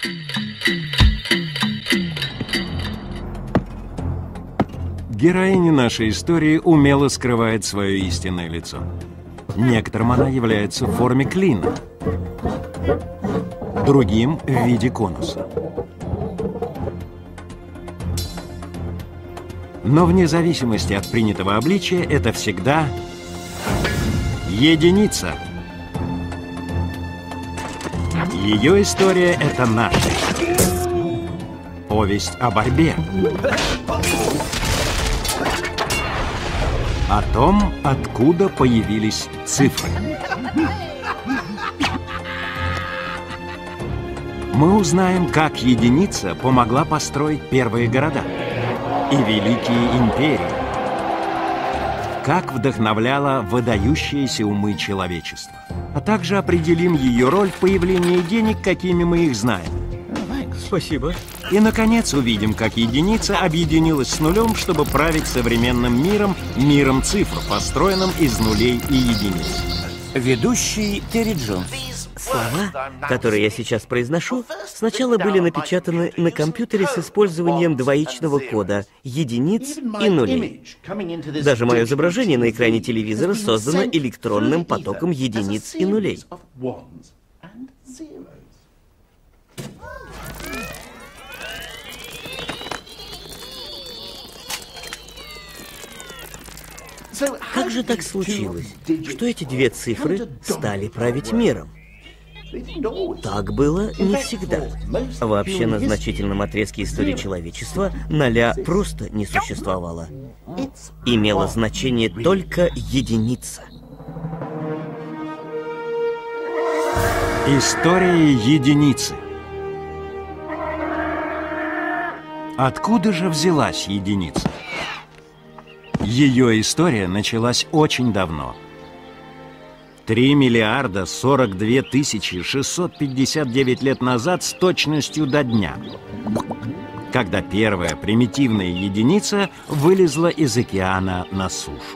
Героиня нашей истории умело скрывает свое истинное лицо. Некоторым она является в форме клина, другим в виде конуса. Но вне зависимости от принятого обличия это всегда единица. Ее история — это наша история. Повесть о борьбе. О том, откуда появились цифры. Мы узнаем, как единица помогла построить первые города и великие империи, как вдохновляла выдающиеся умы человечества, а также определим ее роль в появлении денег, какими мы их знаем. Спасибо. И, наконец, увидим, как единица объединилась с нулем, чтобы править современным миром, миром цифр, построенным из нулей и единиц. Ведущий Терри Джонс. Слова, которые я сейчас произношу, сначала были напечатаны на компьютере с использованием двоичного кода, единиц и нулей. Даже мое изображение на экране телевизора создано электронным потоком единиц и нулей. Как же так случилось, что эти две цифры стали править миром? Так было не всегда. Вообще, на значительном отрезке истории человечества ноля просто не существовало. Имела значение только единица. История единицы. Откуда же взялась единица? Ее история началась очень давно. 3 миллиарда 42 тысячи 659 лет назад с точностью до дня, когда первая примитивная единица вылезла из океана на сушу.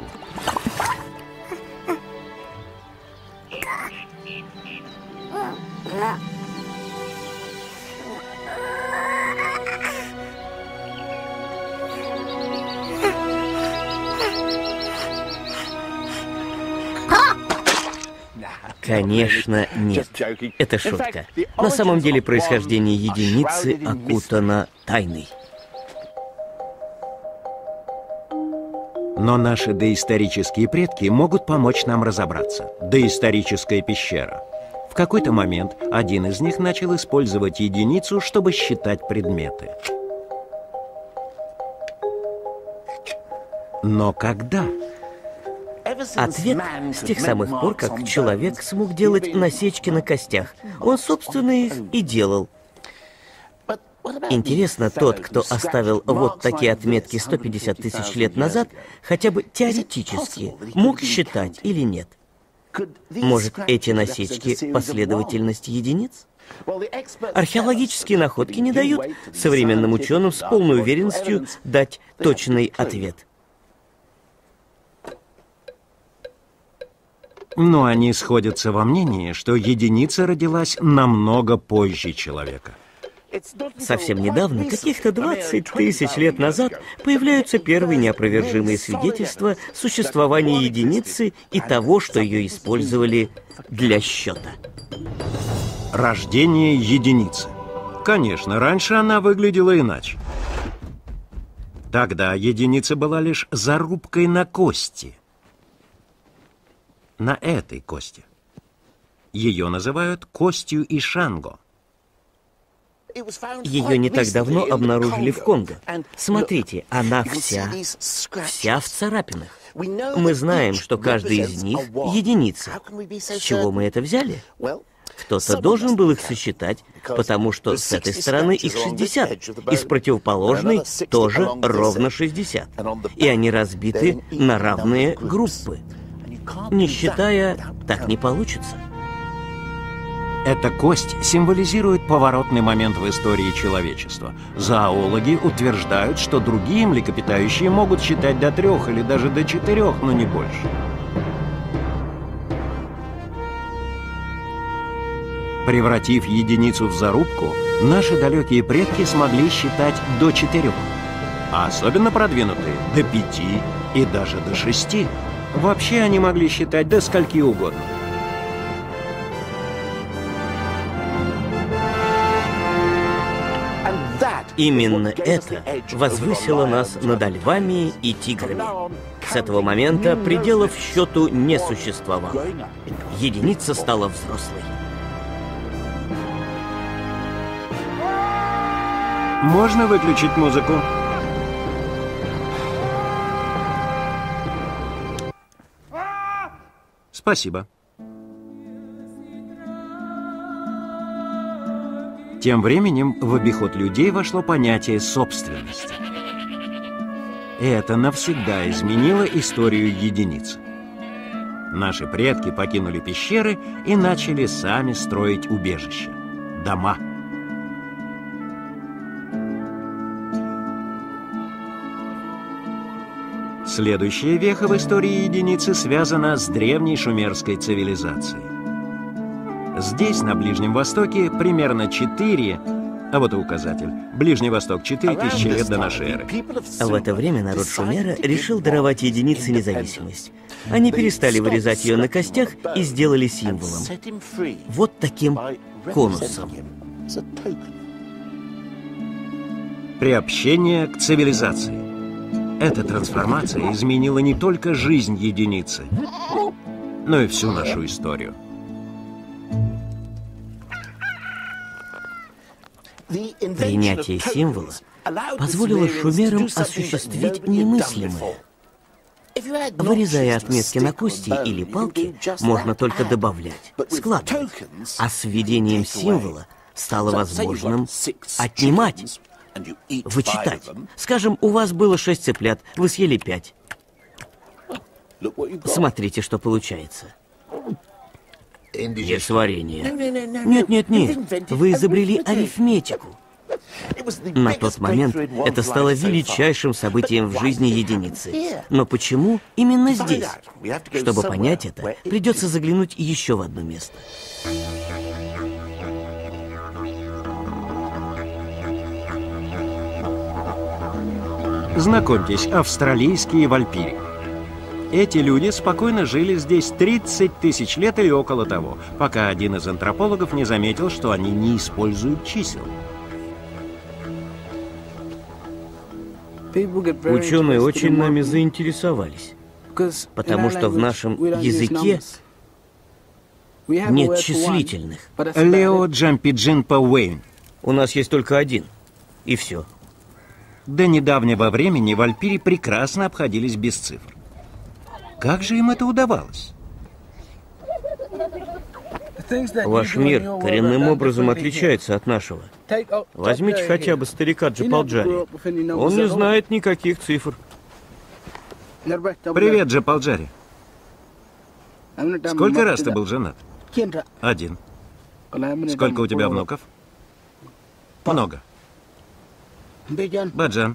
Конечно, нет. Это шутка. На самом деле происхождение единицы окутано тайной. Но наши доисторические предки могут помочь нам разобраться. Доисторическая пещера. В какой-то момент один из них начал использовать единицу, чтобы считать предметы. Но когда? Ответ с тех самых пор, как человек смог делать насечки на костях. Он, собственно, их и делал. Интересно, тот, кто оставил вот такие отметки 150 тысяч лет назад, хотя бы теоретически мог считать или нет? Может, эти насечки — последовательность единиц? Археологические находки не дают современным ученым с полной уверенностью дать точный ответ. Но они сходятся во мнении, что единица родилась намного позже человека. Совсем недавно, каких-то 20 тысяч лет назад, появляются первые неопровержимые свидетельства существования единицы и того, что ее использовали для счета. Рождение единицы. Конечно, раньше она выглядела иначе. Тогда единица была лишь зарубкой на кости. На этой кости. Ее называют костью Ишанго. Ее не так давно обнаружили в Конго. Смотрите, она вся в царапинах. Мы знаем, что каждый из них — единица. С чего мы это взяли? Кто-то должен был их сосчитать, потому что с этой стороны их 60, и с противоположной тоже ровно 60. И они разбиты на равные группы. Не считая, так не получится. Эта кость символизирует поворотный момент в истории человечества. Зоологи утверждают, что другие млекопитающие могут считать до 3 или даже до 4, но не больше. Превратив единицу в зарубку, наши далекие предки смогли считать до 4, а особенно продвинутые — до 5 и даже до 6. Вообще они могли считать до скольки угодно. Именно это возвысило нас над львами и тиграми. С этого момента пределов счету не существовало. Единица стала взрослой. Можно выключить музыку? Спасибо. Тем временем в обиход людей вошло понятие собственности. Это навсегда изменило историю единиц. Наши предки покинули пещеры и начали сами строить убежища, дома. Следующая веха в истории единицы связана с древней шумерской цивилизацией. Здесь, на Ближнем Востоке, примерно 4, а вот и указатель, Ближний Восток, 4000 лет до нашей эры. А в это время народ Шумера решил даровать единице независимость. Они перестали вырезать ее на костях и сделали символом. Вот таким конусом. Приобщение к цивилизации. Эта трансформация изменила не только жизнь единицы, но и всю нашу историю. Принятие символа позволило шумерам осуществить немыслимое. Вырезая отметки на кости или палки, можно только добавлять, складывать. А с введением символа стало возможным отнимать, вычитать. Скажем, у вас было 6 цыплят, вы съели 5. Смотрите, что получается. Несварение. Нет. Вы изобрели арифметику. На тот момент это стало величайшим событием в жизни единицы. Но почему именно здесь? Чтобы понять это, придется заглянуть еще в одно место. Знакомьтесь, австралийские вальпири. Эти люди спокойно жили здесь 30 тысяч лет или около того, пока один из антропологов не заметил, что они не используют чисел. Ученые очень нами заинтересовались, потому что в нашем языке нет числительных. Лео Джампиджинпа Уэйн. У нас есть только один, и все. До недавнего времени вальпири прекрасно обходились без цифр. Как же им это удавалось? Ваш мир коренным образом отличается от нашего. Возьмите хотя бы старика Джапалджари. Он не знает никаких цифр. Привет, Джапалджари. Сколько раз ты был женат? 1. Сколько у тебя внуков? Много. Баджан.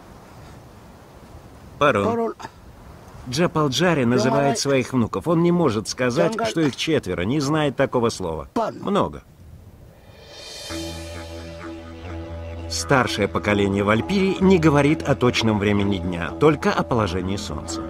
Парон. Джапалджари называет своих внуков. Он не может сказать, что их 4, не знает такого слова. Много. Старшее поколение вальпири не говорит о точном времени дня, только о положении солнца.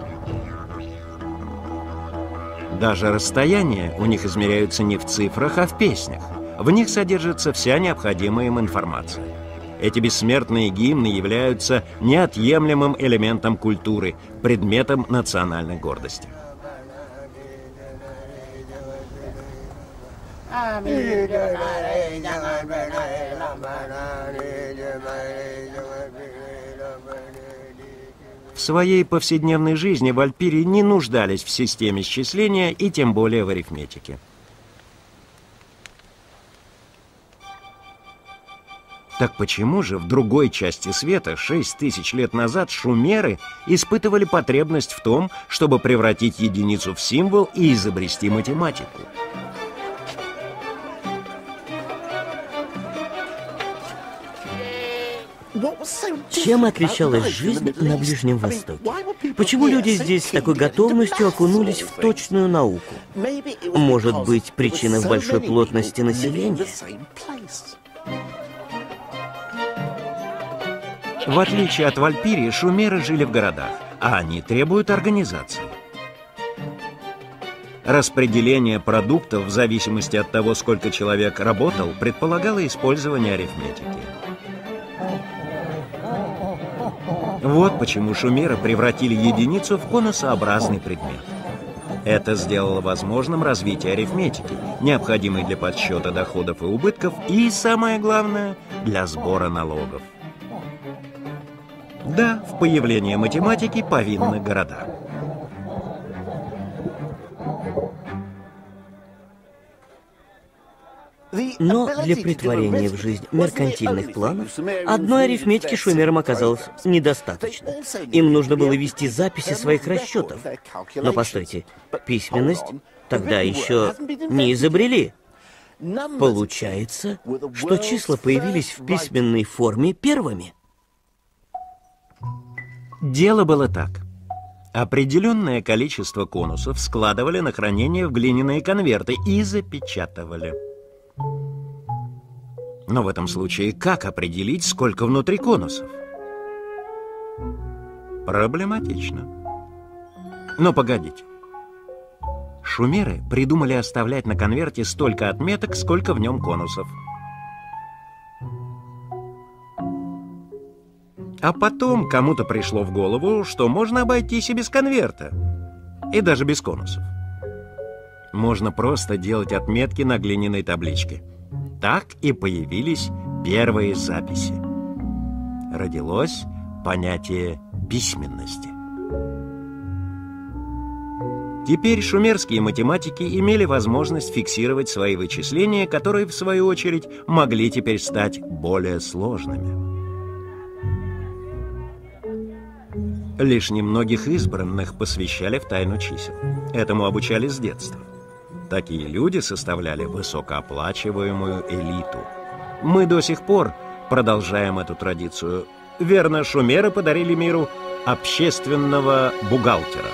Даже расстояния у них измеряются не в цифрах, а в песнях. В них содержится вся необходимая им информация. Эти бессмертные гимны являются неотъемлемым элементом культуры, предметом национальной гордости. В своей повседневной жизни вальпири не нуждались в системе счисления и тем более в арифметике. Так почему же в другой части света 6000 лет назад шумеры испытывали потребность в том, чтобы превратить единицу в символ и изобрести математику? Чем отличалась жизнь на Ближнем Востоке? Почему люди здесь с такой готовностью окунулись в точную науку? Может быть, причина в большой плотности населения? В отличие от Вальпирии, шумеры жили в городах, а они требуют организации. Распределение продуктов в зависимости от того, сколько человек работал, предполагало использование арифметики. Вот почему шумеры превратили единицу в конусообразный предмет. Это сделало возможным развитие арифметики, необходимой для подсчета доходов и убытков, и, самое главное, для сбора налогов. Да, в появлении математики повинны города. Но для претворения в жизнь меркантильных планов одной арифметики шумерам оказалось недостаточно. Им нужно было вести записи своих расчетов. Но постойте, письменность тогда еще не изобрели. Получается, что числа появились в письменной форме первыми. Дело было так. Определенное количество конусов складывали на хранение в глиняные конверты и запечатывали. Но в этом случае как определить, сколько внутри конусов? Проблематично. Но погодите. Шумеры придумали оставлять на конверте столько отметок, сколько в нем конусов. А потом кому-то пришло в голову, что можно обойтись и без конверта, и даже без конусов. Можно просто делать отметки на глиняной табличке. Так и появились первые записи. Родилось понятие письменности. Теперь шумерские математики имели возможность фиксировать свои вычисления, которые, в свою очередь, могли теперь стать более сложными. Лишь немногих избранных посвящали в тайну чисел. Этому обучали с детства. Такие люди составляли высокооплачиваемую элиту. Мы до сих пор продолжаем эту традицию. Верно, шумеры подарили миру общественного бухгалтера.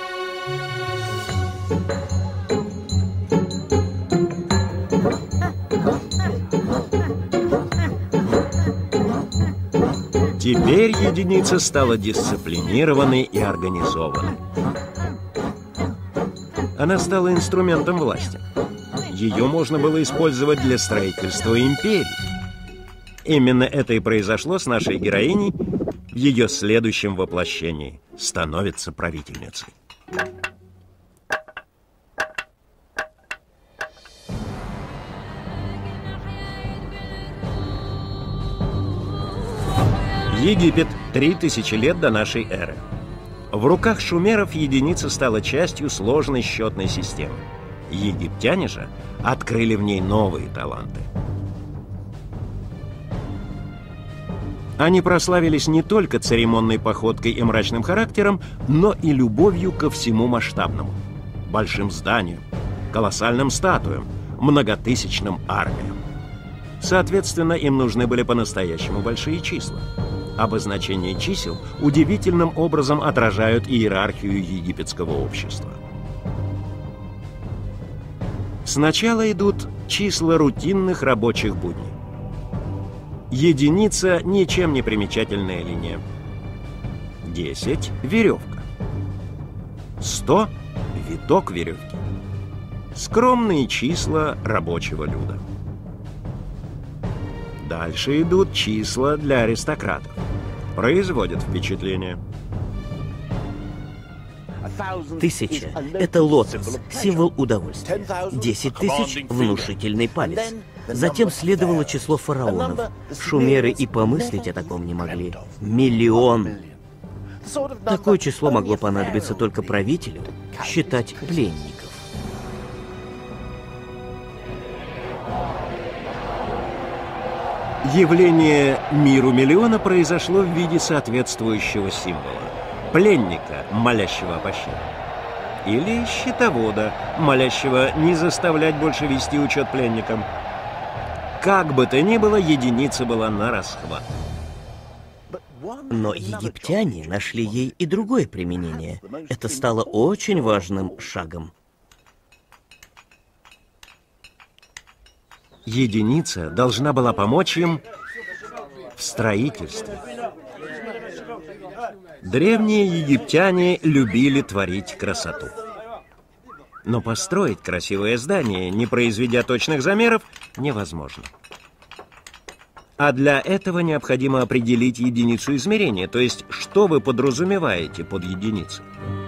Теперь единица стала дисциплинированной и организованной. Она стала инструментом власти. Ее можно было использовать для строительства империи. Именно это и произошло с нашей героиней в ее следующем воплощении. Становится правительницей. Египет, 3000 лет до нашей эры. В руках шумеров единица стала частью сложной счетной системы. Египтяне же открыли в ней новые таланты. Они прославились не только церемонной походкой и мрачным характером, но и любовью ко всему масштабному. Большим зданиям, колоссальным статуям, многотысячным армиям. Соответственно, им нужны были по-настоящему большие числа. Обозначения чисел удивительным образом отражают иерархию египетского общества. Сначала идут числа рутинных рабочих будней. Единица – ничем не примечательная линия. 10 – веревка. 100 – виток веревки. Скромные числа рабочего люда. Дальше идут числа для аристократов. Производят впечатление. 1000 – это лотос, символ удовольствия. 10 000 – внушительный палец. Затем следовало число фараонов. Шумеры и помыслить о таком не могли. 1 000 000. Такое число могло понадобиться только правителю считать пленников. Явление миру миллиона произошло в виде соответствующего символа. Пленника, молящего о пощаде. Или счетовода, молящего не заставлять больше вести учет пленникам. Как бы то ни было, единица была на расхват. Но египтяне нашли ей и другое применение. Это стало очень важным шагом. Единица должна была помочь им в строительстве. Древние египтяне любили творить красоту. Но построить красивое здание, не произведя точных замеров, невозможно. А для этого необходимо определить единицу измерения, то есть, что вы подразумеваете под единицей.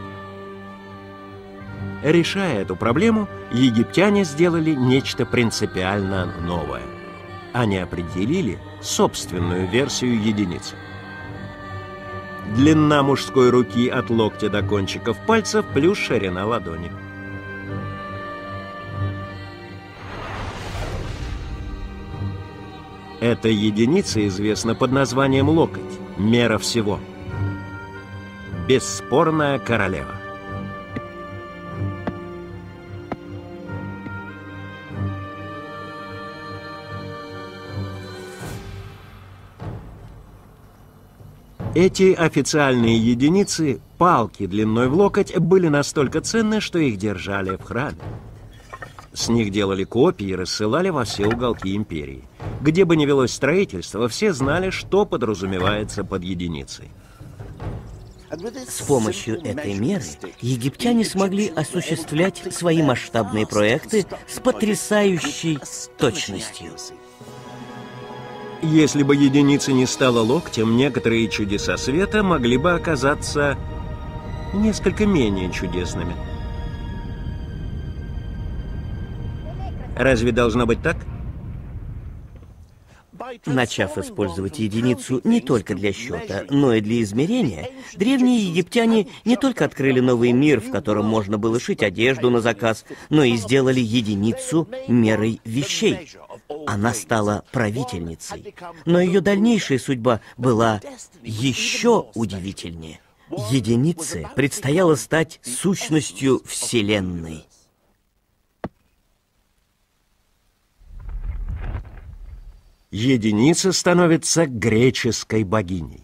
Решая эту проблему, египтяне сделали нечто принципиально новое. Они определили собственную версию единицы. Длина мужской руки от локтя до кончиков пальцев плюс ширина ладони. Эта единица известна под названием локоть, мера всего. Бесспорная королева. Эти официальные единицы, палки длиной в локоть, были настолько ценны, что их держали в храме. С них делали копии и рассылали во все уголки империи. Где бы ни велось строительство, все знали, что подразумевается под единицей. С помощью этой меры египтяне смогли осуществлять свои масштабные проекты с потрясающей точностью. Если бы единица не стала локтем, некоторые чудеса света могли бы оказаться несколько менее чудесными. Разве должно быть так? Начав использовать единицу не только для счета, но и для измерения, древние египтяне не только открыли новый мир, в котором можно было шить одежду на заказ, но и сделали единицу мерой вещей. Она стала правительницей. Но ее дальнейшая судьба была еще удивительнее. Единице предстояло стать сущностью Вселенной. Единица становится греческой богиней.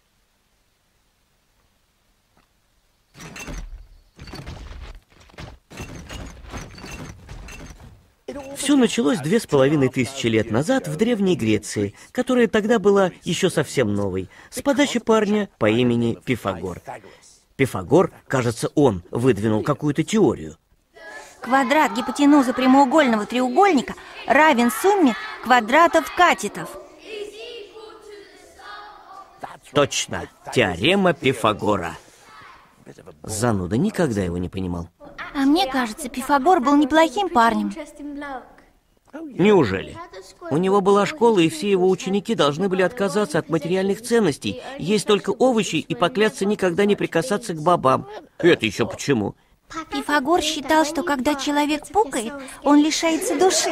Все началось 2500 лет назад в Древней Греции, которая тогда была еще совсем новой, с подачи парня по имени Пифагор. Пифагор, кажется, он выдвинул какую-то теорию. Квадрат гипотенузы прямоугольного треугольника равен сумме квадратов катетов. Точно, теорема Пифагора. Зануда никогда его не понимал. А мне кажется, Пифагор был неплохим парнем. Неужели? У него была школа, и все его ученики должны были отказаться от материальных ценностей, есть только овощи и поклясться никогда не прикасаться к бабам. Это еще почему? Пифагор считал, что когда человек пукает, он лишается души.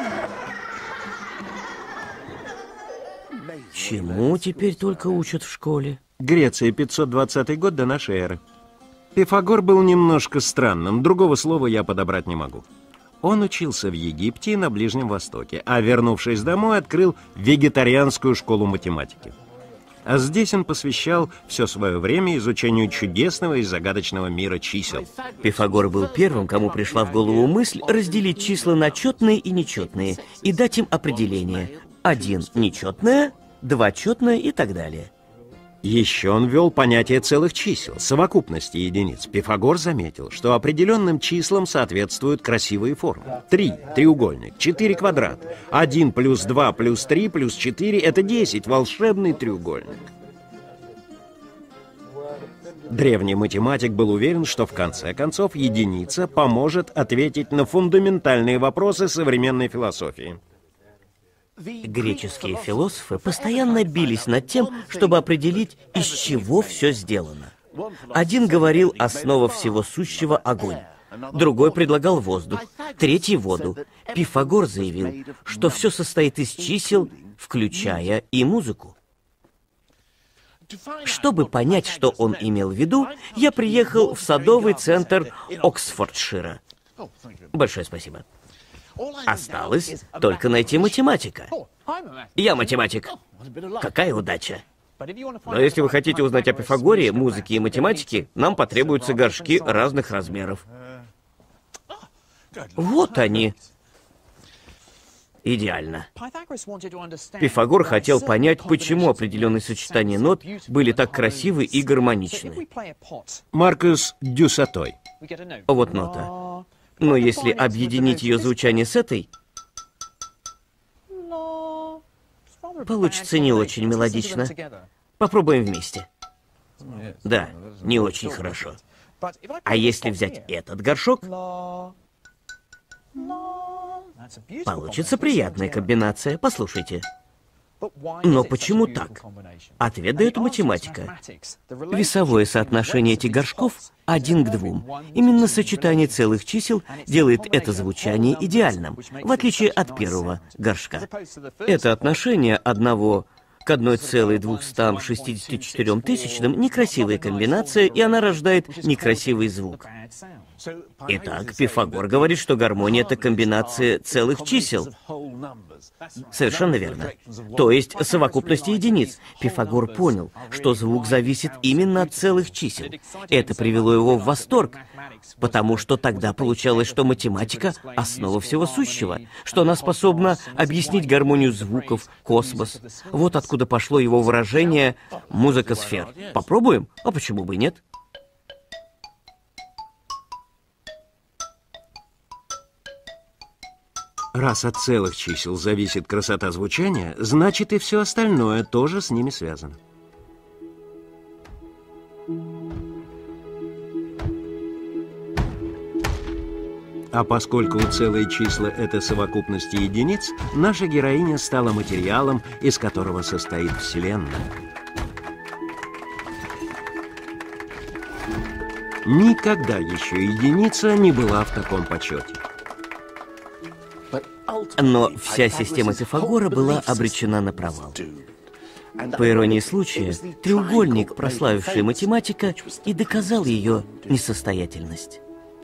Чему теперь только учат в школе? Греция, 520 год до нашей эры. Пифагор был немножко странным, другого слова я подобрать не могу. Он учился в Египте и на Ближнем Востоке, а вернувшись домой, открыл вегетарианскую школу математики. А здесь он посвящал все свое время изучению чудесного и загадочного мира чисел. Пифагор был первым, кому пришла в голову мысль разделить числа на четные и нечетные и дать им определение. 1 нечетное, 2 четное и так далее. Еще он ввел понятие целых чисел, совокупности единиц. Пифагор заметил, что определенным числам соответствуют красивые формы. 3 – треугольник, 4 – квадрат, 1 плюс 2 плюс 3 плюс 4 – это 10, волшебный треугольник. Древний математик был уверен, что в конце концов единица поможет ответить на фундаментальные вопросы современной философии. Греческие философы постоянно бились над тем, чтобы определить, из чего все сделано. Один говорил, основа всего сущего — огонь. Другой предлагал воздух, третий — воду. Пифагор заявил, что все состоит из чисел, включая и музыку. Чтобы понять, что он имел в виду, я приехал в садовый центр Оксфордшира. Большое спасибо. Осталось только найти математика. Я математик. Какая удача. Но если вы хотите узнать о Пифагоре, музыке и математике, нам потребуются горшки разных размеров. Вот они. Идеально. Пифагор хотел понять, почему определенные сочетания нот были так красивы и гармоничны. Маркус Дюсатой. Вот нота. Но если объединить ее звучание с этой, получится не очень мелодично. Попробуем вместе. Да, не очень хорошо. А если взять этот горшок, получится приятная комбинация. Послушайте. Но почему так? Ответ дает математика. Весовое соотношение этих горшков 1 к 2. Именно сочетание целых чисел делает это звучание идеальным, в отличие от первого горшка. Это отношение 1 к 1,264 тысячным некрасивая комбинация, и она рождает некрасивый звук. Итак, Пифагор говорит, что гармония — это комбинация целых чисел. Совершенно верно. То есть совокупности единиц. Пифагор понял, что звук зависит именно от целых чисел. Это привело его в восторг, потому что тогда получалось, что математика — основа всего сущего, что она способна объяснить гармонию звуков, космос. Вот откуда пошло его выражение «музыка сфер». Попробуем? А почему бы и нет? Раз от целых чисел зависит красота звучания, значит и все остальное тоже с ними связано. А поскольку целые числа — это совокупности единиц, наша героиня стала материалом, из которого состоит Вселенная. Никогда еще единица не была в таком почете. Но вся система Пифагора была обречена на провал. По иронии случая, треугольник, прославивший математика, и доказал ее несостоятельность.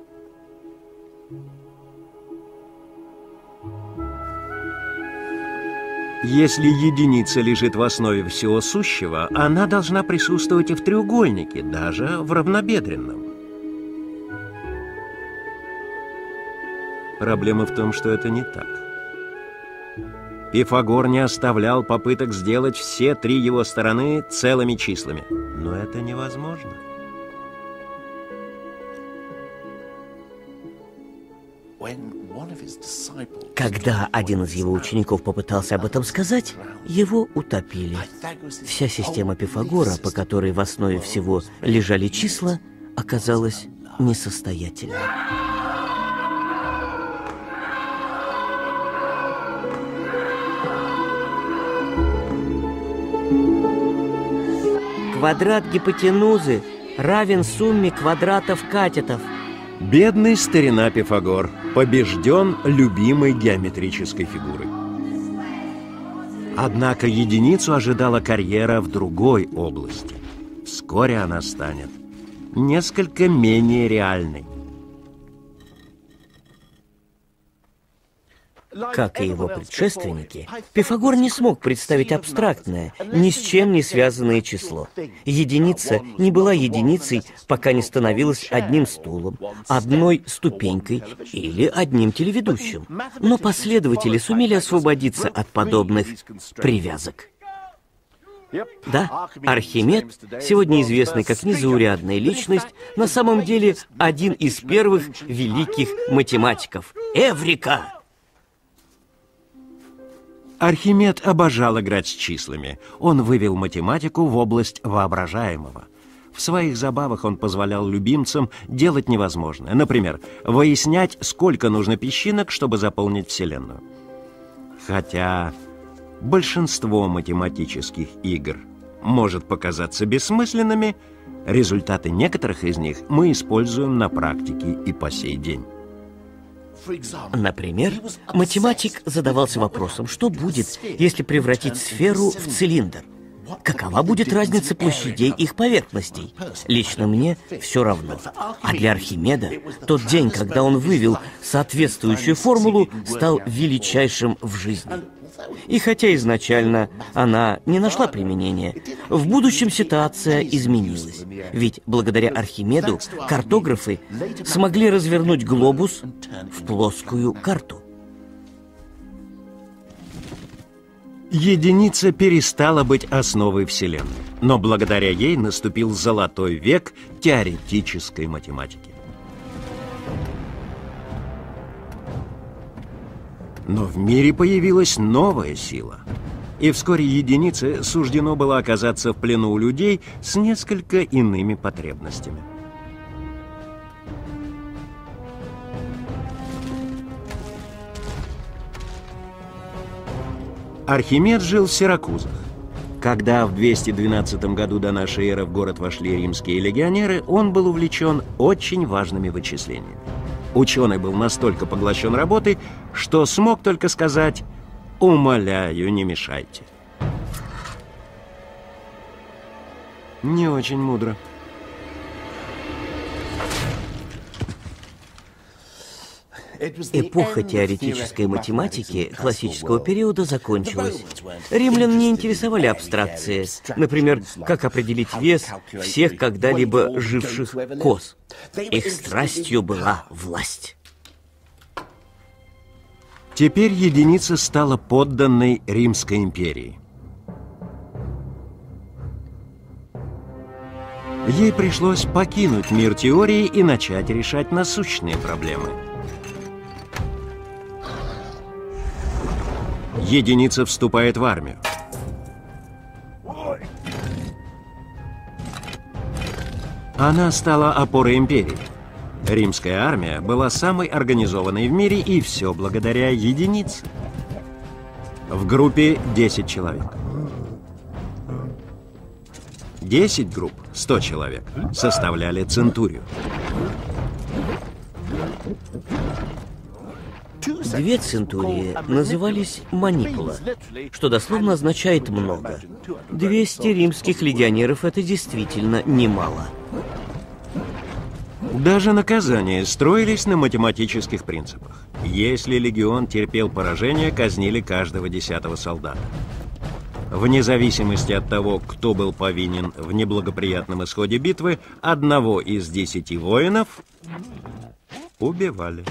Если единица лежит в основе всего сущего, она должна присутствовать и в треугольнике, даже в равнобедренном. Проблема в том, что это не так. Пифагор не оставлял попыток сделать все 3 его стороны целыми числами. Но это невозможно. Когда один из его учеников попытался об этом сказать, его утопили. Вся система Пифагора, по которой в основе всего лежали числа, оказалась несостоятельной. Квадрат гипотенузы равен сумме квадратов катетов. Бедный старина Пифагор побежден любимой геометрической фигурой. Однако единицу ожидала карьера в другой области. Вскоре она станет несколько менее реальной. Как и его предшественники, Пифагор не смог представить абстрактное, ни с чем не связанное число. Единица не была единицей, пока не становилась одним стулом, одной ступенькой или одним телеведущим. Но последователи сумели освободиться от подобных привязок. Да, Архимед, сегодня известный как незаурядная личность, на самом деле один из первых великих математиков. Эврика! Архимед обожал играть с числами. Он вывел математику в область воображаемого. В своих забавах он позволял любимцам делать невозможное. Например, выяснять, сколько нужно песчинок, чтобы заполнить Вселенную. Хотя большинство математических игр может показаться бессмысленными, результаты некоторых из них мы используем на практике и по сей день. Например, математик задавался вопросом, что будет, если превратить сферу в цилиндр? Какова будет разница площадей их поверхностей? Лично мне все равно. А для Архимеда тот день, когда он вывел соответствующую формулу, стал величайшим в жизни. И хотя изначально она не нашла применения, в будущем ситуация изменилась. Ведь благодаря Архимеду картографы смогли развернуть глобус в плоскую карту. Единица перестала быть основой Вселенной, но благодаря ей наступил золотой век теоретической математики. Но в мире появилась новая сила, и вскоре единице суждено было оказаться в плену у людей с несколько иными потребностями. Архимед жил в Сиракузах. Когда в 212 году до нашей эры в город вошли римские легионеры, он был увлечен очень важными вычислениями. Ученый был настолько поглощен работой, что смог только сказать: «Умоляю, не мешайте». Не очень мудро. Эпоха теоретической математики классического периода закончилась. Римлян не интересовали абстракции, например, как определить вес всех когда-либо живших коз. Их страстью была власть. Теперь единица стала подданной Римской империи. Ей пришлось покинуть мир теории и начать решать насущные проблемы. Единица вступает в армию. Она стала опорой империи. Римская армия была самой организованной в мире, и все благодаря единице. В группе 10 человек. 10 групп, 100 человек, составляли центурию. Две центурии назывались манипула, что дословно означает «много». 200 римских легионеров — это действительно немало. Даже наказания строились на математических принципах. Если легион терпел поражение, казнили каждого 10-го солдата. Вне зависимости от того, кто был повинен в неблагоприятном исходе битвы, одного из 10 воинов убивали.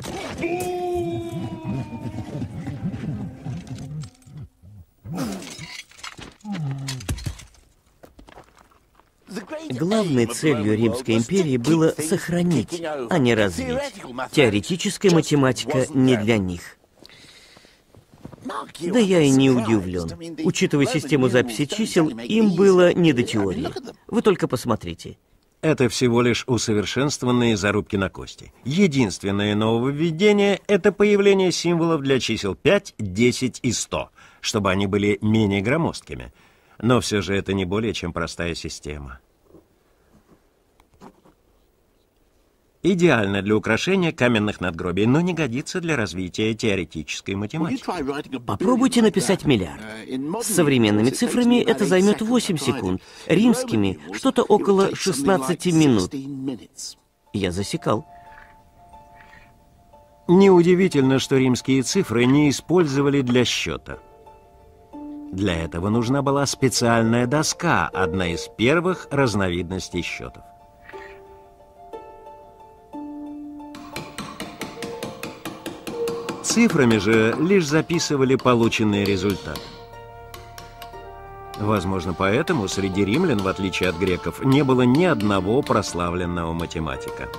Главной целью Римской империи было сохранить, а не развить. Теоретическая математика не для них. Да я и не удивлен. Учитывая систему записи чисел, им было не до теории. Вы только посмотрите. Это всего лишь усовершенствованные зарубки на кости. Единственное нововведение — это появление символов для чисел 5, 10 и 100, чтобы они были менее громоздкими. Но все же это не более чем простая система. Идеально для украшения каменных надгробий, но не годится для развития теоретической математики. Попробуйте написать миллиард. С современными цифрами это займет 8 секунд. Римскими — что-то около 16 минут. Я засекал. Неудивительно, что римские цифры не использовали для счета. Для этого нужна была специальная доска, одна из первых разновидностей счетов. Цифрами же лишь записывали полученные результаты. Возможно, поэтому среди римлян, в отличие от греков, не было ни одного прославленного математика.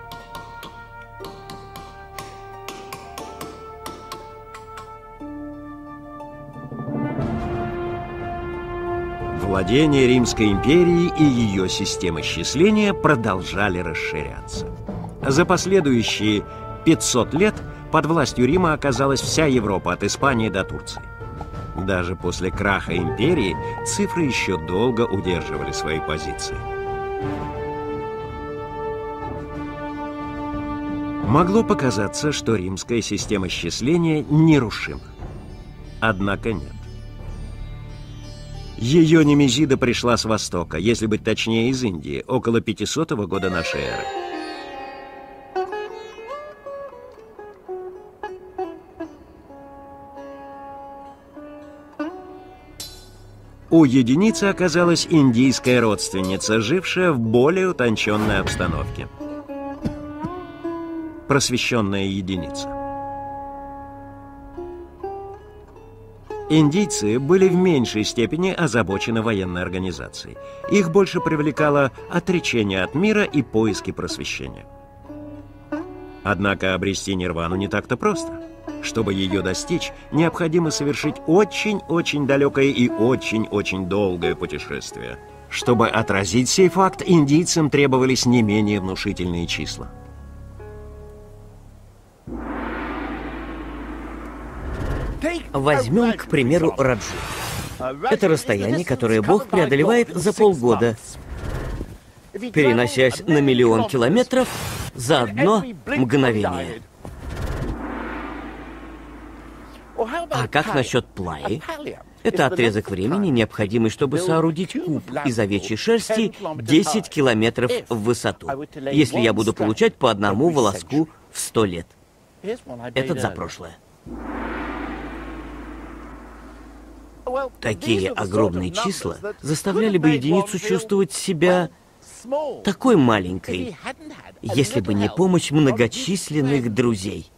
Владения Римской империи и ее системы счисления продолжали расширяться. За последующие 500 лет под властью Рима оказалась вся Европа, от Испании до Турции. Даже после краха империи цифры еще долго удерживали свои позиции. Могло показаться, что римская система счисления нерушима. Однако нет. Ее Немезида пришла с Востока, если быть точнее, из Индии, около 500 года нашей эры. У единицы оказалась индийская родственница, жившая в более утонченной обстановке. Просвещенная единица. Индийцы были в меньшей степени озабочены военной организацией. Их больше привлекало отречение от мира и поиски просвещения. Однако обрести нирвану не так-то просто. Чтобы ее достичь, необходимо совершить очень-очень далекое и очень-очень долгое путешествие. Чтобы отразить сей факт, индийцам требовались не менее внушительные числа. Возьмем, к примеру, Раджу. Это расстояние, которое Бог преодолевает за полгода, переносясь на 1 000 000 километров за одно мгновение. А как насчет Плаи? Это отрезок времени, необходимый, чтобы соорудить куб из овечьей шерсти 10 километров в высоту, если я буду получать по одному волоску в 100 лет. Этот за прошлое. Такие огромные числа заставляли бы единицу чувствовать себя такой маленькой, если бы не помощь многочисленных друзей.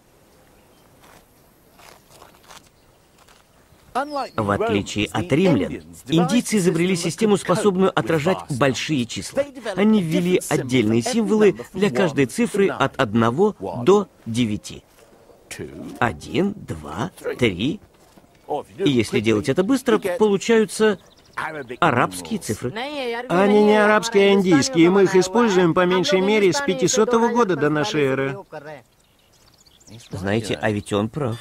В отличие от римлян, индийцы изобрели систему, способную отражать большие числа. Они ввели отдельные символы для каждой цифры от 1 до 9. 1, 2, 3. И если делать это быстро, получаются арабские цифры. Они не арабские, а индийские, и мы их используем по меньшей мере с 500 года до нашей эры. Знаете, а ведь он прав.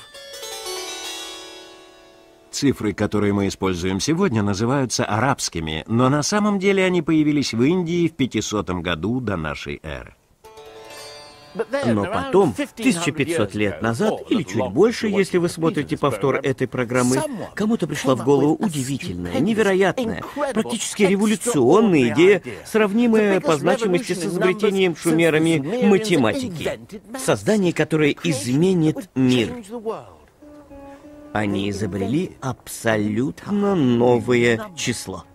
Цифры, которые мы используем сегодня, называются арабскими, но на самом деле они появились в Индии в 500 году до нашей эры. Но потом, 1500 лет назад, или чуть больше, если вы смотрите повтор этой программы, кому-то пришла в голову удивительная, невероятная, практически революционная идея, сравнимая по значимости с изобретением шумерами математики, создание которой изменит мир. Они изобрели абсолютно новое число.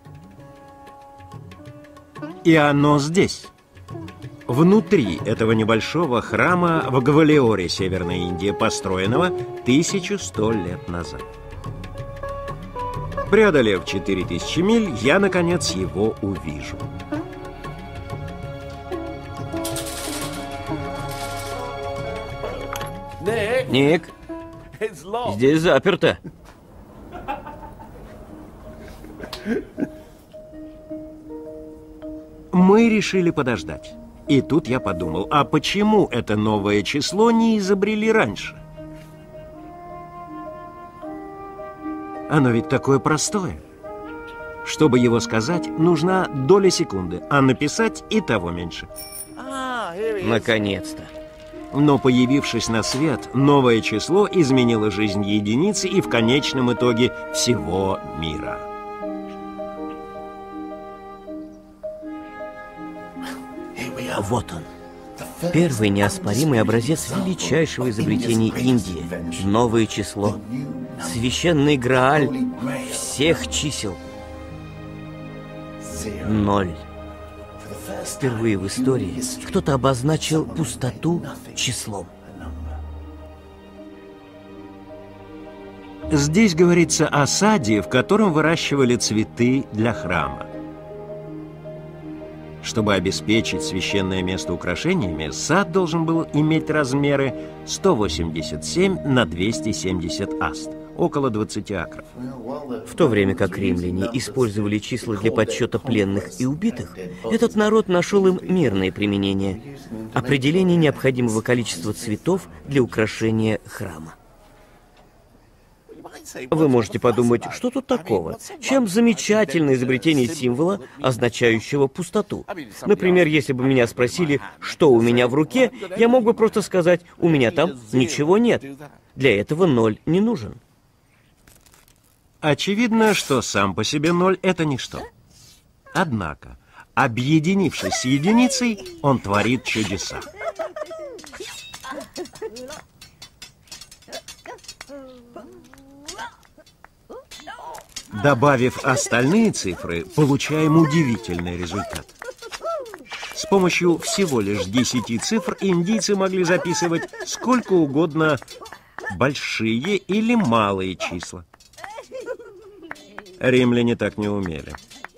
И оно здесь. Внутри этого небольшого храма в Гвалиоре, Северной Индии, построенного 1100 лет назад. Преодолев 4000 миль, я, наконец, его увижу. Ник, здесь заперто. Мы решили подождать. И тут я подумал, а почему это новое число не изобрели раньше? Оно ведь такое простое. Чтобы его сказать, нужна доля секунды, а написать и того меньше. Наконец-то. Но появившись на свет, новое число изменило жизнь единицы и в конечном итоге всего мира. Вот он. Первый неоспоримый образец величайшего изобретения Индии. Новое число. Священный Грааль всех чисел. 0. Впервые в истории кто-то обозначил пустоту числом. Здесь говорится о саде, в котором выращивали цветы для храма. Чтобы обеспечить священное место украшениями, сад должен был иметь размеры 187 на 270 аст, около 20 акров. В то время как римляне использовали числа для подсчета пленных и убитых, этот народ нашел им мирное применение – определение необходимого количества цветов для украшения храма. Вы можете подумать, что тут такого? Чем замечательное изобретение символа, означающего пустоту? Например, если бы меня спросили, что у меня в руке, я мог бы просто сказать, у меня там ничего нет. Для этого 0 не нужен. Очевидно, что сам по себе 0 — это ничто. Однако, объединившись с единицей, он творит чудеса. Добавив остальные цифры, получаем удивительный результат. С помощью всего лишь 10 цифр индийцы могли записывать сколько угодно большие или малые числа. Римляне так не умели.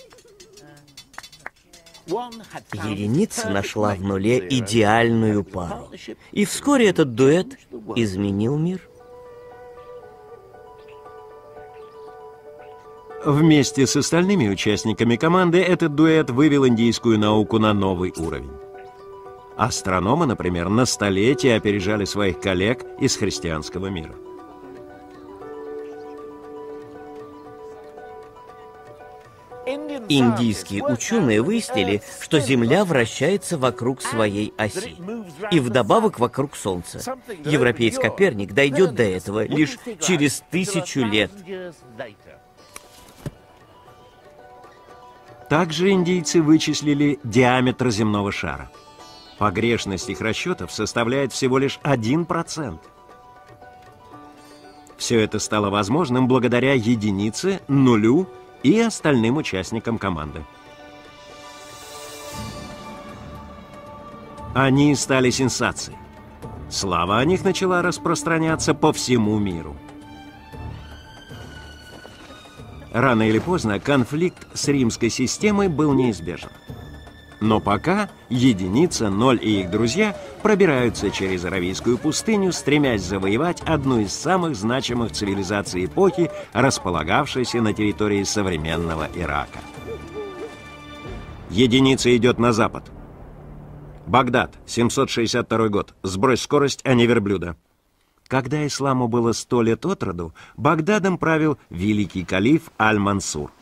Единица нашла в нуле идеальную пару. И вскоре этот дуэт изменил мир. Вместе с остальными участниками команды этот дуэт вывел индийскую науку на новый уровень. Астрономы, например, на столетия опережали своих коллег из христианского мира. Индийские ученые выяснили, что Земля вращается вокруг своей оси. И вдобавок вокруг Солнца. Европеец Коперник дойдет до этого лишь через 1000 лет. Также индийцы вычислили диаметр земного шара. Погрешность их расчетов составляет всего лишь 1%. Все это стало возможным благодаря единице, нулю и остальным участникам команды. Они стали сенсацией. Слава о них начала распространяться по всему миру. Рано или поздно конфликт с римской системой был неизбежен. Но пока единица, ноль и их друзья пробираются через Аравийскую пустыню, стремясь завоевать одну из самых значимых цивилизаций эпохи, располагавшейся на территории современного Ирака. Единица идет на запад. Багдад, 762 год. Сбрось скорость, а не верблюда. Когда исламу было 100 лет от роду, Багдадом правил великий калиф Аль-Мансур.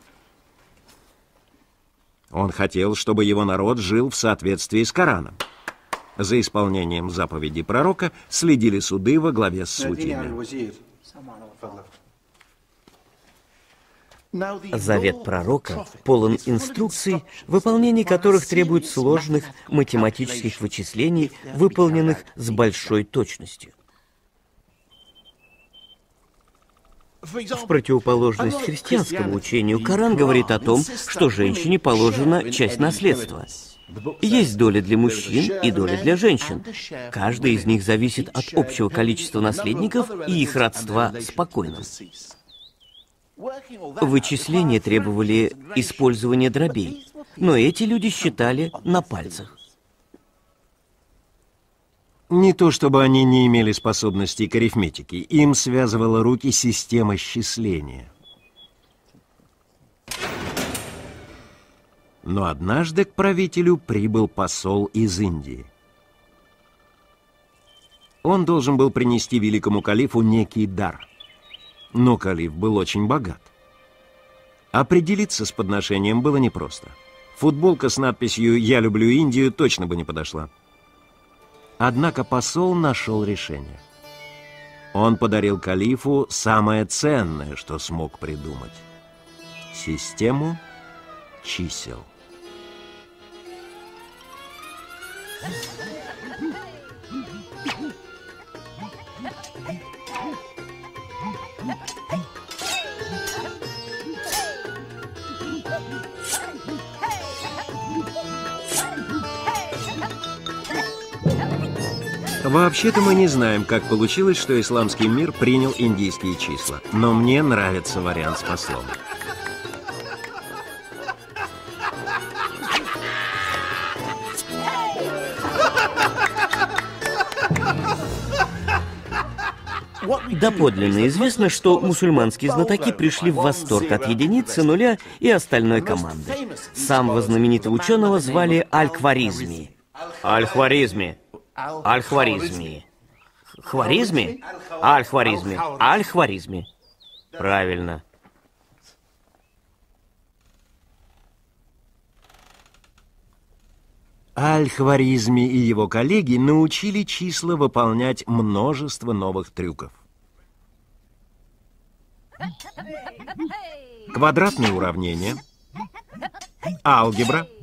Он хотел, чтобы его народ жил в соответствии с Кораном. За исполнением заповедей пророка следили суды во главе с судьями. Завет пророка полон инструкций, выполнение которых требует сложных математических вычислений, выполненных с большой точностью. В противоположность христианскому учению, Коран говорит о том, что женщине положена часть наследства. Есть доля для мужчин и доля для женщин. Каждая из них зависит от общего количества наследников и их родства с покойным. Вычисления требовали использования дробей, но эти люди считали на пальцах. Не то чтобы они не имели способностей к арифметике, им связывала руки система счисления. Но однажды к правителю прибыл посол из Индии. Он должен был принести великому калифу некий дар. Но калиф был очень богат. Определиться с подношением было непросто. Футболка с надписью «Я люблю Индию» точно бы не подошла. Однако посол нашел решение. Он подарил калифу самое ценное, что смог придумать – систему чисел. Вообще-то мы не знаем, как получилось, что исламский мир принял индийские числа. Но мне нравится вариант с послом. Доподлинно известно, что мусульманские знатоки пришли в восторг от единицы, нуля и остальной команды. Самого знаменитого ученого звали Аль-Хваризми. Аль-Хваризми. Аль-Хваризми. Хваризми? Аль-Хваризми. Аль-Хваризми. Правильно. Аль-Хваризми и его коллеги научили числа выполнять множество новых трюков. Квадратные уравнения, алгебра,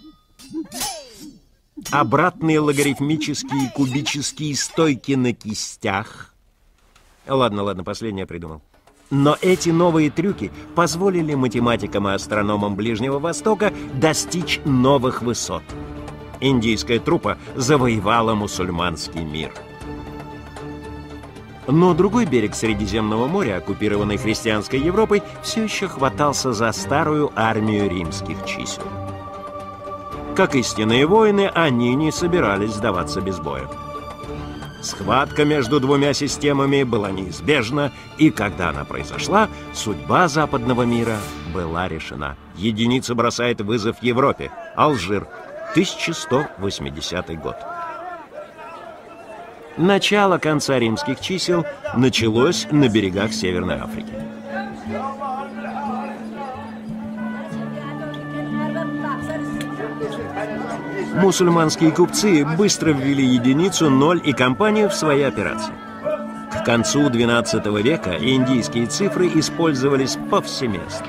обратные логарифмические и кубические стойки на кистях. Ладно, последнее я придумал. Но эти новые трюки позволили математикам и астрономам Ближнего Востока достичь новых высот. Индийская труппа завоевала мусульманский мир. Но другой берег Средиземного моря, оккупированный христианской Европой, все еще хватался за старую армию римских чисел. Как истинные воины, они не собирались сдаваться без боя. Схватка между двумя системами была неизбежна, и когда она произошла, судьба западного мира была решена. Единица бросает вызов Европе. Алжир, 1180 год. Начало конца римских чисел началось на берегах Северной Африки. Мусульманские купцы быстро ввели единицу, ноль и компанию в свои операции. К концу XII века индийские цифры использовались повсеместно.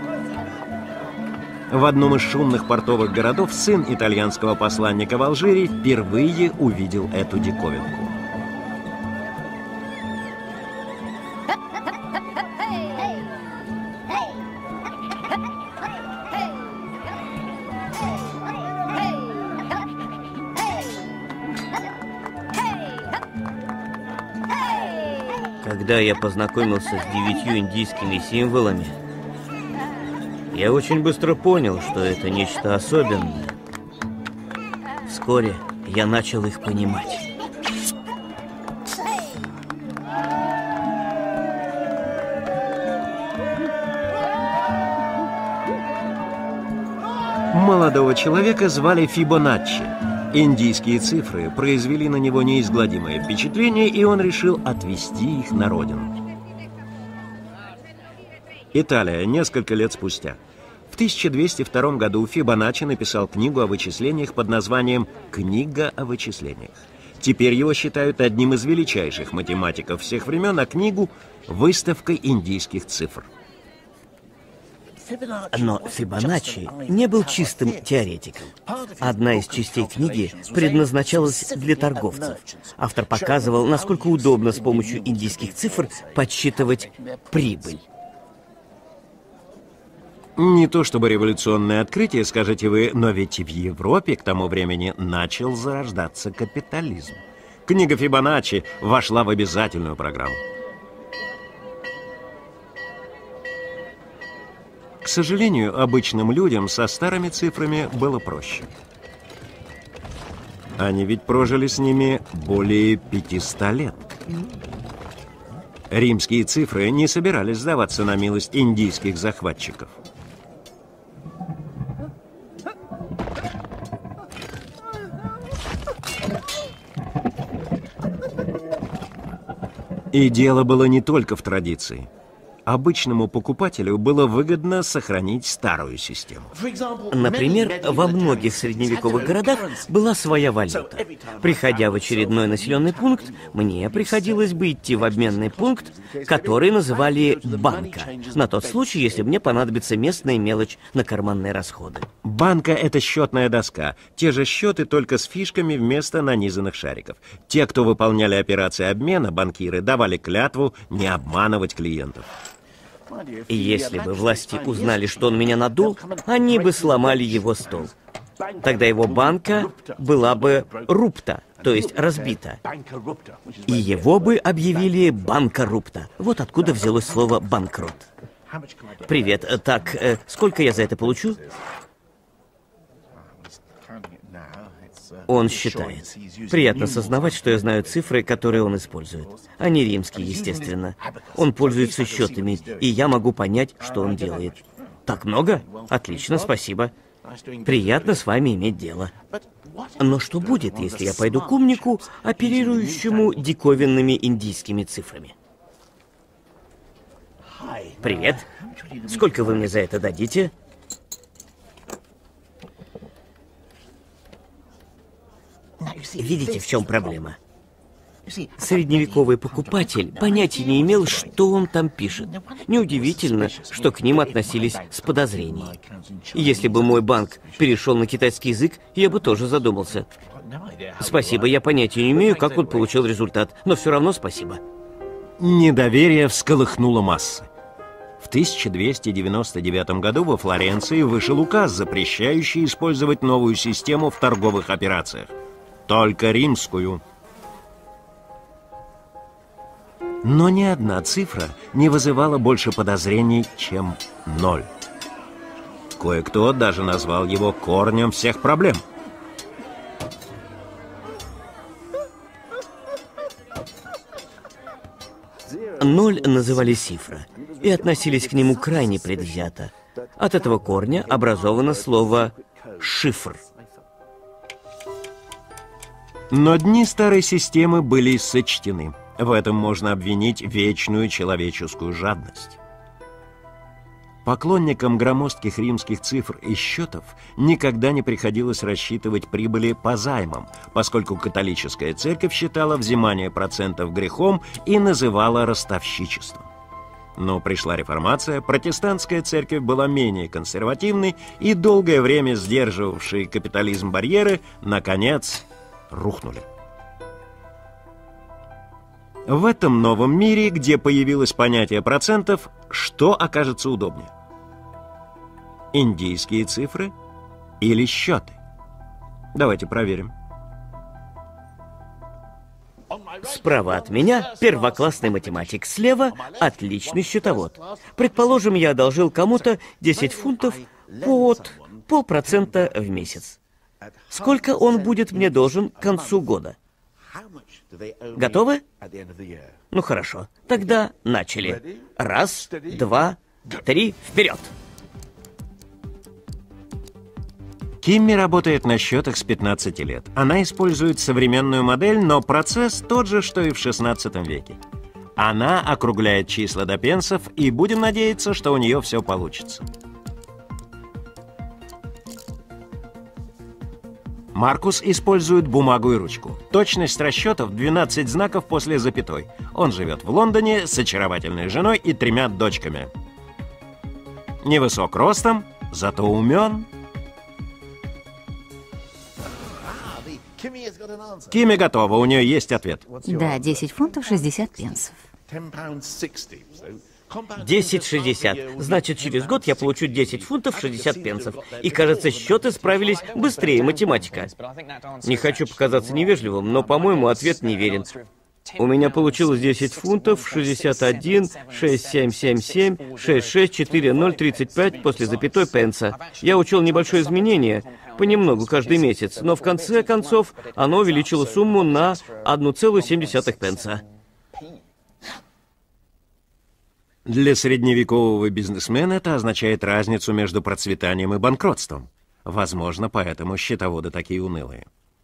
В одном из шумных портовых городов сын итальянского посланника в Алжире впервые увидел эту диковинку. Когда я познакомился с 9 индийскими символами, я очень быстро понял, что это нечто особенное. Вскоре я начал их понимать. Молодого человека звали Фибоначчи. Индийские цифры произвели на него неизгладимое впечатление, и он решил отвезти их на родину. Италия, несколько лет спустя. В 1202 году Фибоначчи написал книгу о вычислениях под названием «Книга о вычислениях». Теперь его считают одним из величайших математиков всех времен, а книгу – выставкой индийских цифр. Но Фибоначчи не был чистым теоретиком. Одна из частей книги предназначалась для торговцев. Автор показывал, насколько удобно с помощью индийских цифр подсчитывать прибыль. Не то чтобы революционное открытие, скажете вы, но ведь и в Европе к тому времени начал зарождаться капитализм. Книга Фибоначчи вошла в обязательную программу. К сожалению, обычным людям со старыми цифрами было проще. Они ведь прожили с ними более 500 лет. Римские цифры не собирались сдаваться на милость индийских захватчиков. И дело было не только в традиции. Обычному покупателю было выгодно сохранить старую систему. Например, во многих средневековых городах была своя валюта. Приходя в очередной населенный пункт, мне приходилось бы идти в обменный пункт, который называли банка, на тот случай, если мне понадобится местная мелочь на карманные расходы. Банка – это счетная доска. Те же счеты, только с фишками вместо нанизанных шариков. Те, кто выполняли операции обмена, банкиры, давали клятву не обманывать клиентов. И если бы власти узнали, что он меня надул, они бы сломали его стол. Тогда его банка была бы рупта, то есть разбита. И его бы объявили банкрупта. Вот откуда взялось слово банкрот. Привет. Так, сколько я за это получу? Он считает. Приятно сознавать, что я знаю цифры, которые он использует. Они римские, естественно. Он пользуется счетами, и я могу понять, что он делает. Так много? Отлично, спасибо. Приятно с вами иметь дело. Но что будет, если я пойду к умнику, оперирующему диковинными индийскими цифрами? Привет. Сколько вы мне за это дадите? Видите, в чем проблема? Средневековый покупатель понятия не имел, что он там пишет. Неудивительно, что к ним относились с подозрением. И если бы мой банк перешел на китайский язык, я бы тоже задумался. Спасибо, я понятия не имею, как он получил результат, но все равно спасибо. Недоверие всколыхнуло массы. В 1299 году во Флоренции вышел указ, запрещающий использовать новую систему в торговых операциях. Только римскую. Но ни одна цифра не вызывала больше подозрений, чем 0. Кое-кто даже назвал его корнем всех проблем. Ноль называли цифра и относились к нему крайне предвзято. От этого корня образовано слово «шифр». Но дни старой системы были сочтены. В этом можно обвинить вечную человеческую жадность. Поклонникам громоздких римских цифр и счетов никогда не приходилось рассчитывать прибыли по займам, поскольку католическая церковь считала взимание процентов грехом и называла ростовщичеством. Но пришла реформация, протестантская церковь была менее консервативной, и долгое время сдерживавшие капитализм барьеры, наконец, рухнули. В этом новом мире, где появилось понятие процентов, что окажется удобнее? Индийские цифры или счеты? Давайте проверим. Справа от меня первоклассный математик, слева отличный счетовод. Предположим, я одолжил кому-то 10 фунтов под 0,5% в месяц. Сколько он будет мне должен к концу года? Готовы? Ну хорошо, тогда начали. 1, 2, 3, вперед! Кимми работает на счетах с 15 лет. Она использует современную модель, но процесс тот же, что и в 16 веке. Она округляет числа до пенсов, и будем надеяться, что у нее все получится. Маркус использует бумагу и ручку. Точность расчетов 12 знаков после запятой. Он живет в Лондоне с очаровательной женой и 3 дочками. Невысок ростом, зато умен. Кимми готова, у нее есть ответ. Да, 10 фунтов 60 пенсов. 10,60. Значит, через год я получу 10 фунтов 60 пенсов. И, кажется, счеты справились быстрее математика. Не хочу показаться невежливым, но, по-моему, ответ неверен. У меня получилось 10 фунтов 61, 6777, 6640, 35 после запятой пенса. Я учел небольшое изменение, понемногу каждый месяц, но в конце концов оно увеличило сумму на 1,7 пенса. Для средневекового бизнесмена это означает разницу между процветанием и банкротством. Возможно, поэтому счетоводы такие унылые.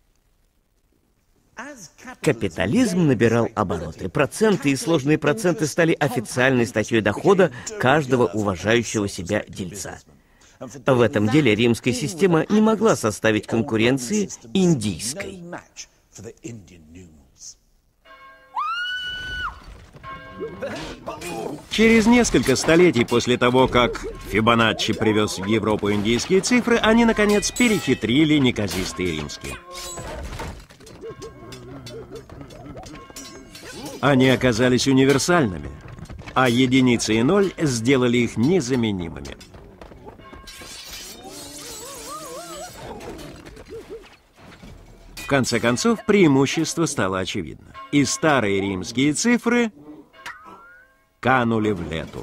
Капитализм набирал обороты. Проценты и сложные проценты стали официальной статьей дохода каждого уважающего себя дельца. В этом деле римская система не могла составить конкуренции индийской. Через несколько столетий после того, как Фибоначчи привез в Европу индийские цифры, они, наконец, перехитрили неказистые римские. Они оказались универсальными, а единицы и ноль сделали их незаменимыми. В конце концов, преимущество стало очевидно. И старые римские цифры канули в лету.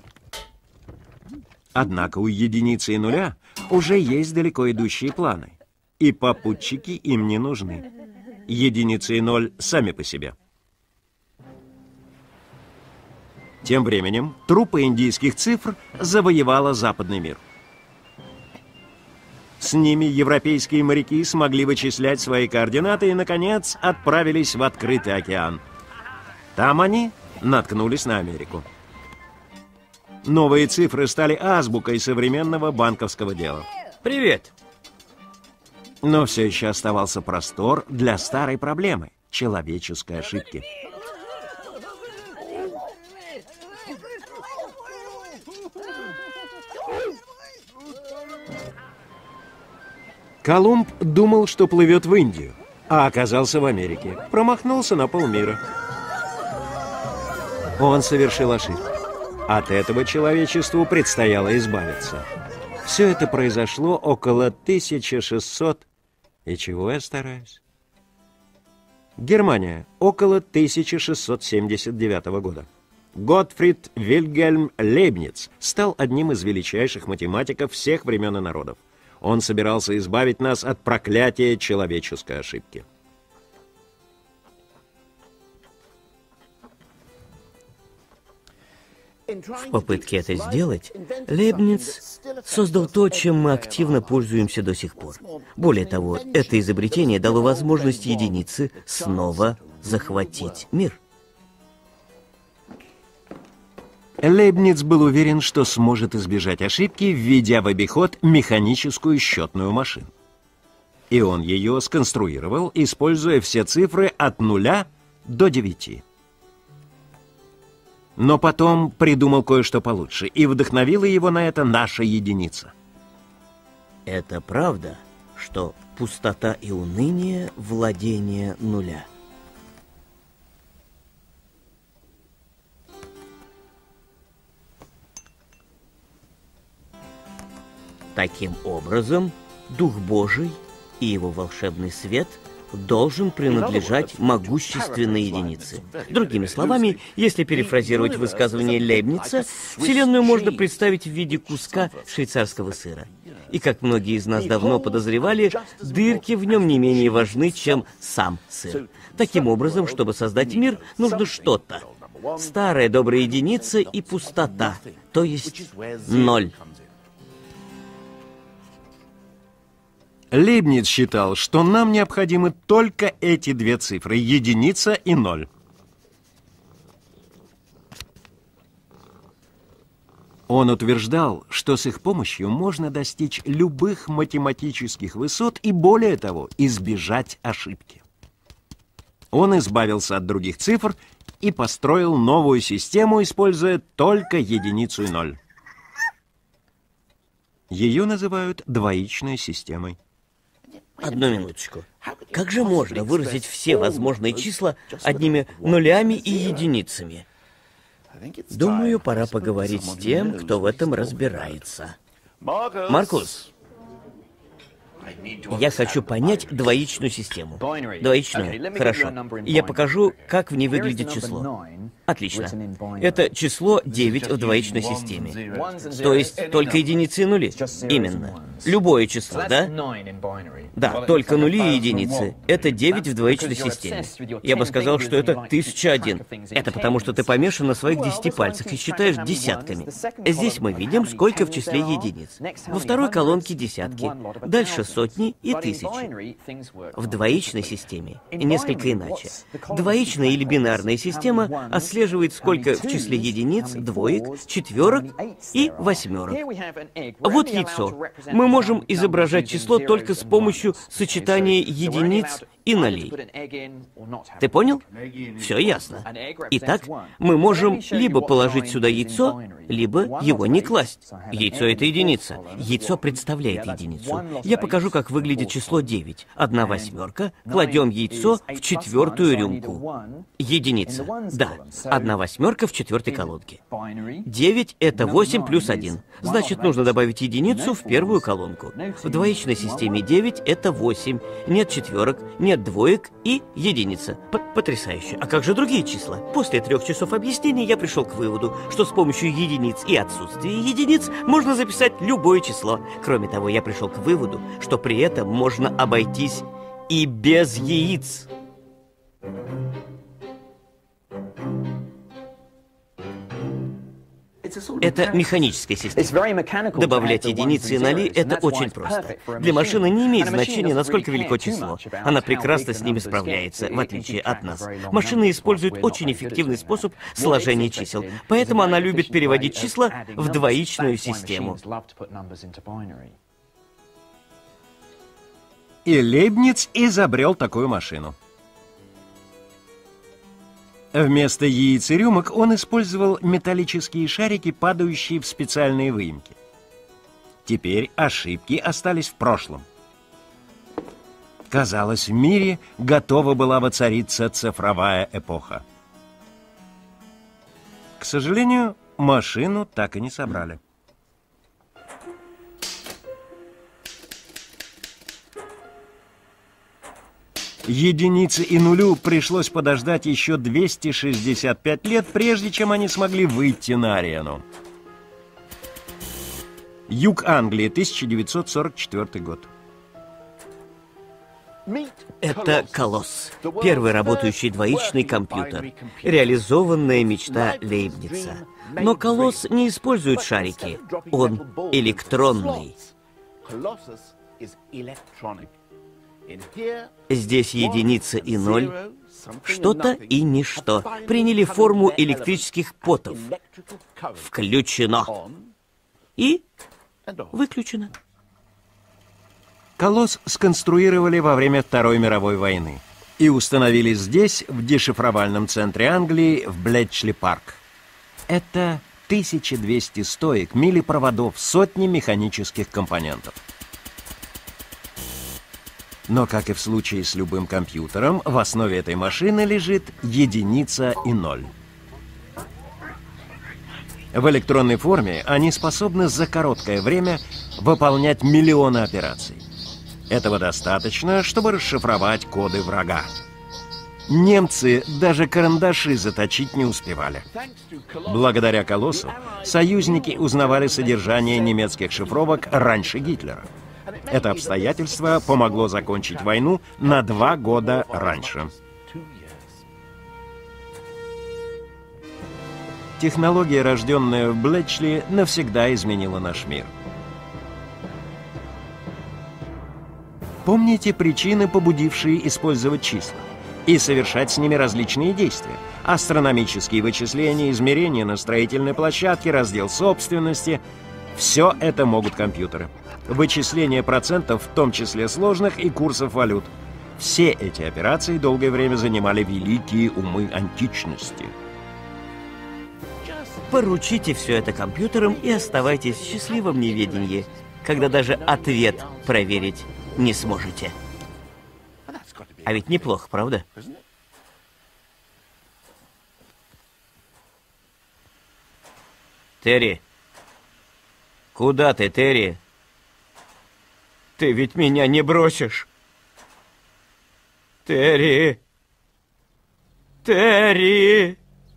Однако у единицы и нуля уже есть далеко идущие планы, и попутчики им не нужны. Единицы и ноль сами по себе. Тем временем труппа индийских цифр завоевала западный мир. С ними европейские моряки смогли вычислять свои координаты и, наконец, отправились в открытый океан. Там они наткнулись на Америку. Новые цифры стали азбукой современного банковского дела. Привет! Но все еще оставался простор для старой проблемы – человеческой ошибки. Колумб думал, что плывет в Индию, а оказался в Америке. Промахнулся на полмира. Он совершил ошибку. От этого человечеству предстояло избавиться. Все это произошло около 1600... И чего я стараюсь? Германия, около 1679 года. Готфрид Вильгельм Лейбниц стал одним из величайших математиков всех времен и народов. Он собирался избавить нас от проклятия человеческой ошибки. В попытке это сделать, Лейбниц создал то, чем мы активно пользуемся до сих пор. Более того, это изобретение дало возможность единице снова захватить мир. Лейбниц был уверен, что сможет избежать ошибки, введя в обиход механическую счетную машину. И он ее сконструировал, используя все цифры от 0 до 9. Но потом придумал кое-что получше, и вдохновила его на это наша единица. Это правда, что пустота и уныние — владение нуля. Таким образом, Дух Божий и его волшебный свет должен принадлежать могущественной единице. Другими словами, если перефразировать высказывание Лейбница, Вселенную можно представить в виде куска швейцарского сыра. И, как многие из нас давно подозревали, дырки в нем не менее важны, чем сам сыр. Таким образом, чтобы создать мир, нужно что-то. Старая добрая единица и пустота, то есть 0. Лейбниц считал, что нам необходимы только эти две цифры — единица и 0. Он утверждал, что с их помощью можно достичь любых математических высот и, более того, избежать ошибки. Он избавился от других цифр и построил новую систему, используя только единицу и 0. Ее называют двоичной системой. Одну минуточку. Как же можно выразить все возможные числа одними нулями и единицами? Думаю, пора поговорить с тем, кто в этом разбирается. Маркус, я хочу понять двоичную систему. Двоичную? Хорошо. Я покажу, как в ней выглядит число. Отлично. Это число 9 в двоичной системе. То есть только единицы и нули? Именно. Любое число, да? Да, только нули и единицы. Это 9 в двоичной системе. Я бы сказал, что это 1001. Это потому, что ты помешан на своих 10 пальцах и считаешь десятками. Здесь мы видим, сколько в числе единиц. Во второй колонке десятки. Дальше сотни и тысячи. В двоичной системе несколько иначе. Двоичная или бинарная система отслеживает, сколько в числе единиц, двоек, четверок и восьмерок. Вот яйцо. Мы можем изображать число только с помощью сочетания единиц и нолей. Ты понял? Все ясно. Итак, мы можем либо положить сюда яйцо, либо его не класть. Яйцо — это единица. Яйцо представляет единицу. Я покажу, как выглядит число 9. 1 восьмерка. Кладем яйцо в четвертую рюмку. Единица. Да, 1 восьмерка в четвертой колонке. 9 — это 8 плюс 1. Значит, нужно добавить единицу в первую колонку. В двоичной системе 9 — это 8. Нет четверок, нет двоек и единица. Потрясающе. А как же другие числа? После 3 часов объяснений я пришел к выводу, что с помощью единиц и отсутствия единиц можно записать любое число. Кроме того, я пришел к выводу, что при этом можно обойтись и без яиц. Это механическая система. Добавлять единицы и ноли — это очень просто. Для машины не имеет значения, насколько велико число. Она прекрасно с ними справляется, в отличие от нас. Машина использует очень эффективный способ сложения чисел, поэтому она любит переводить числа в двоичную систему. И Лейбниц изобрел такую машину. Вместо яиц и рюмок он использовал металлические шарики, падающие в специальные выемки. Теперь ошибки остались в прошлом. Казалось, в мире готова была воцариться цифровая эпоха. К сожалению, машину так и не собрали. Единице и нулю пришлось подождать еще 265 лет, прежде чем они смогли выйти на арену. Юг Англии, 1944 год. Это Колосс. Первый работающий двоичный компьютер. Реализованная мечта Лейбница. Но Колосс не использует шарики. Он электронный. Здесь единица и ноль, что-то и ничто, приняли форму электрических потов. Включено. И выключено. Колосс сконструировали во время Второй мировой войны и установили здесь, в дешифровальном центре Англии, в Блетчли-парк. Это 1200 стоек, мили проводов, сотни механических компонентов. Но, как и в случае с любым компьютером, в основе этой машины лежит единица и ноль. В электронной форме они способны за короткое время выполнять миллионы операций. Этого достаточно, чтобы расшифровать коды врага. Немцы даже карандаши заточить не успевали. Благодаря Колоссу союзники узнавали содержание немецких шифровок раньше Гитлера. Это обстоятельство помогло закончить войну на 2 года раньше. Технология, рожденная в Блетчли, навсегда изменила наш мир. Помните причины, побудившие использовать числа и совершать с ними различные действия? Астрономические вычисления, измерения на строительной площадке, раздел собственности – все это могут компьютеры. Вычисление процентов, в том числе сложных, и курсов валют. Все эти операции долгое время занимали великие умы античности. Поручите все это компьютерам и оставайтесь в счастливом неведении, когда даже ответ проверить не сможете. А ведь неплохо, правда? Терри! Куда ты, Терри? Ты ведь меня не бросишь. Терри! Терри!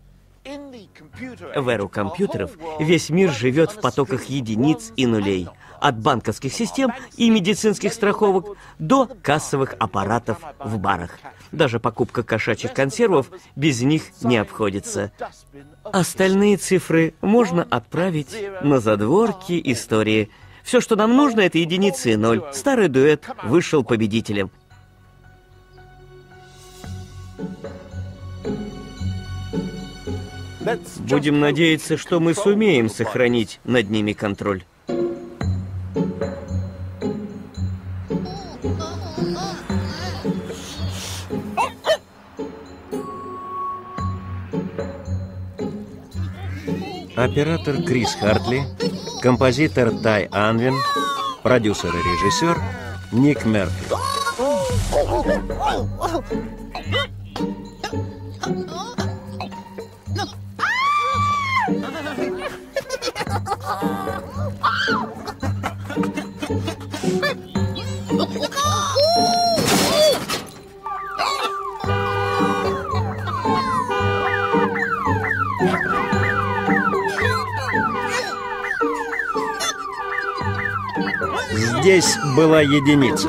В эру компьютеров весь мир живет в потоках единиц и нулей. От банковских систем и медицинских страховок до кассовых аппаратов в барах. Даже покупка кошачьих консервов без них не обходится. Остальные цифры можно отправить на задворки истории. Все, что нам нужно, это единицы и ноль. Старый дуэт вышел победителем. Будем надеяться, что мы сумеем сохранить над ними контроль. Оператор Крис Хартли, композитор Тай Анвин, продюсер и режиссер Ник Мерфи. Здесь была единица.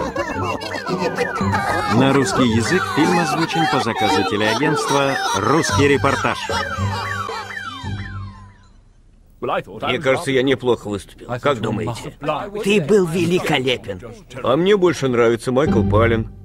На русский язык фильм озвучен по заказу телеагентства «Русский репортаж». Мне кажется, я неплохо выступил. Как думаете? Ты был великолепен. А мне больше нравится Майкл Палин.